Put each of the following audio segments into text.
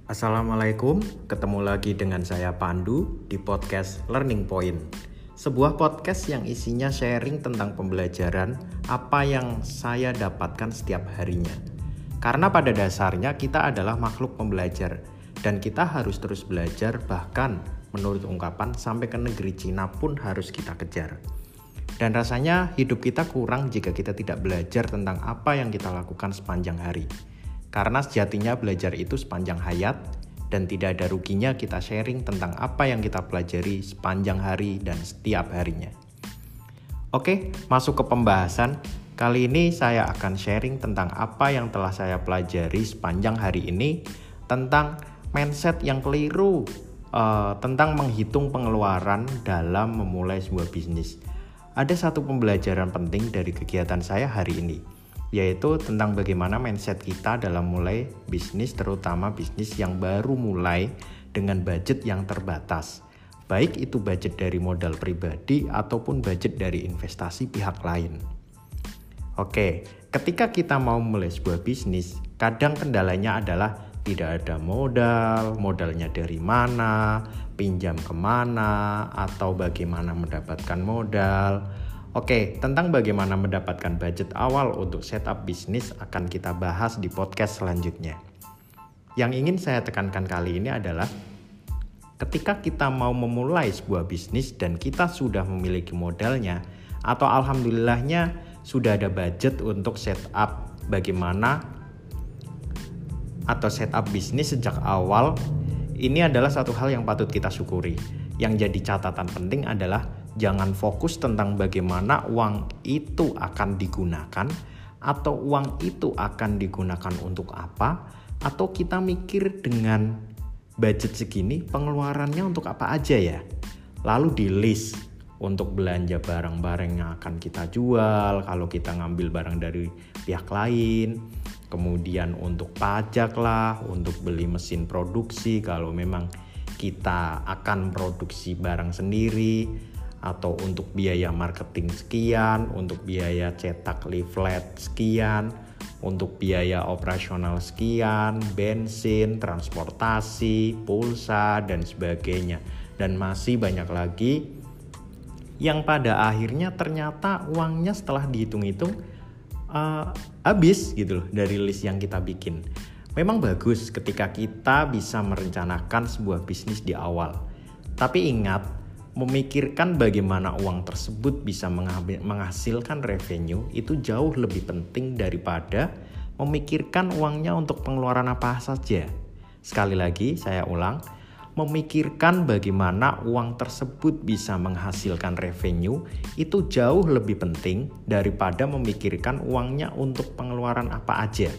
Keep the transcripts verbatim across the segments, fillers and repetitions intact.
Assalamualaikum, ketemu lagi dengan saya Pandu di podcast Learning Point. Sebuah podcast yang isinya sharing tentang pembelajaran apa yang saya dapatkan setiap harinya. Karena pada dasarnya kita adalah makhluk pembelajar dan kita harus terus belajar, bahkan menurut ungkapan sampai ke negeri Cina pun harus kita kejar. Dan rasanya hidup kita kurang jika kita tidak belajar tentang apa yang kita lakukan sepanjang hari. Karena sejatinya belajar itu sepanjang hayat dan tidak ada ruginya kita sharing tentang apa yang kita pelajari sepanjang hari dan setiap harinya. Oke, masuk ke pembahasan. Kali ini saya akan sharing tentang apa yang telah saya pelajari sepanjang hari ini tentang mindset yang keliru, uh, tentang menghitung pengeluaran dalam memulai sebuah bisnis. Ada satu pembelajaran penting dari kegiatan saya hari ini, yaitu tentang bagaimana mindset kita dalam mulai bisnis, terutama bisnis yang baru mulai dengan budget yang terbatas. Baik itu budget dari modal pribadi ataupun budget dari investasi pihak lain. Oke, ketika kita mau mulai sebuah bisnis, kadang kendalanya adalah tidak ada modal, modalnya dari mana, pinjam kemana, atau bagaimana mendapatkan modal. Oke, tentang bagaimana mendapatkan budget awal untuk setup bisnis akan kita bahas di podcast selanjutnya. Yang ingin saya tekankan kali ini adalah ketika kita mau memulai sebuah bisnis dan kita sudah memiliki modalnya atau alhamdulillahnya sudah ada budget untuk setup bagaimana atau setup bisnis sejak awal, ini adalah satu hal yang patut kita syukuri. Yang jadi catatan penting adalah jangan fokus tentang bagaimana uang itu akan digunakan atau uang itu akan digunakan untuk apa, atau kita mikir dengan budget segini pengeluarannya untuk apa aja ya. Lalu di list untuk belanja barang-barang yang akan kita jual kalau kita ngambil barang dari pihak lain, kemudian untuk pajak lah, untuk beli mesin produksi kalau memang kita akan produksi barang sendiri, atau untuk biaya marketing sekian, untuk biaya cetak leaflet sekian, untuk biaya operasional sekian, bensin, transportasi, pulsa, dan sebagainya. Dan masih banyak lagi yang pada akhirnya ternyata uangnya setelah dihitung-hitung uh, habis gitu loh dari list yang kita bikin. Memang bagus ketika kita bisa merencanakan sebuah bisnis di awal. Tapi ingat, memikirkan bagaimana uang tersebut bisa menghasilkan revenue itu jauh lebih penting daripada memikirkan uangnya untuk pengeluaran apa saja. Sekali lagi saya ulang, memikirkan bagaimana uang tersebut bisa menghasilkan revenue itu jauh lebih penting daripada memikirkan uangnya untuk pengeluaran apa aja.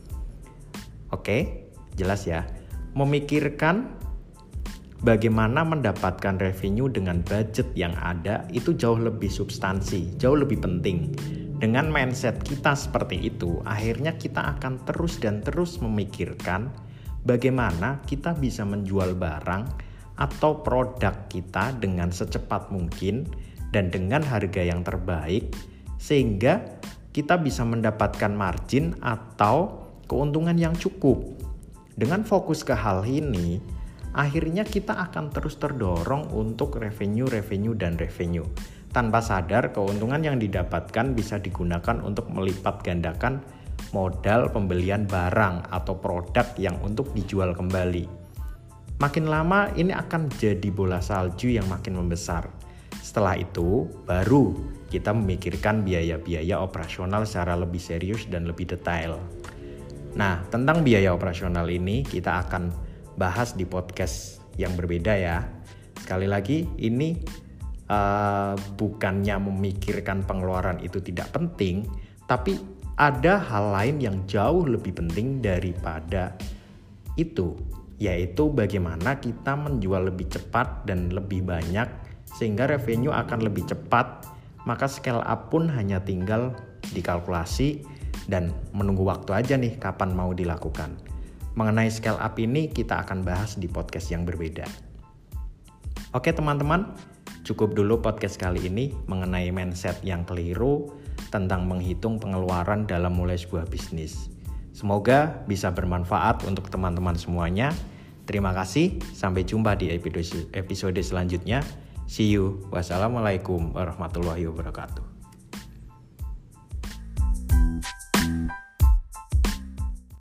Oke, jelas ya. Memikirkan bagaimana mendapatkan revenue dengan budget yang ada itu jauh lebih substansi, jauh lebih penting. Dengan mindset kita seperti itu, akhirnya kita akan terus dan terus memikirkan bagaimana kita bisa menjual barang atau produk kita dengan secepat mungkin dan dengan harga yang terbaik, sehingga kita bisa mendapatkan margin atau keuntungan yang cukup. Dengan fokus ke hal ini, akhirnya kita akan terus terdorong untuk revenue, revenue, dan revenue. Tanpa sadar, keuntungan yang didapatkan bisa digunakan untuk melipat gandakan modal pembelian barang atau produk yang untuk dijual kembali. Makin lama ini akan jadi bola salju yang makin membesar. Setelah itu, baru kita memikirkan biaya-biaya operasional secara lebih serius dan lebih detail. Nah, tentang biaya operasional ini kita akan bahas di podcast yang berbeda ya. Sekali lagi, ini uh, bukannya memikirkan pengeluaran itu tidak penting, tapi ada hal lain yang jauh lebih penting daripada itu, yaitu bagaimana kita menjual lebih cepat dan lebih banyak sehingga revenue akan lebih cepat. Maka scale up pun hanya tinggal dikalkulasi dan menunggu waktu aja nih kapan mau dilakukan. Mengenai scale up ini kita akan bahas di podcast yang berbeda. Oke teman-teman, cukup dulu podcast kali ini mengenai mindset yang keliru tentang menghitung pengeluaran dalam mulai sebuah bisnis. Semoga bisa bermanfaat untuk teman-teman semuanya. Terima kasih, sampai jumpa di episode episode selanjutnya. See you. Wassalamualaikum warahmatullahi wabarakatuh.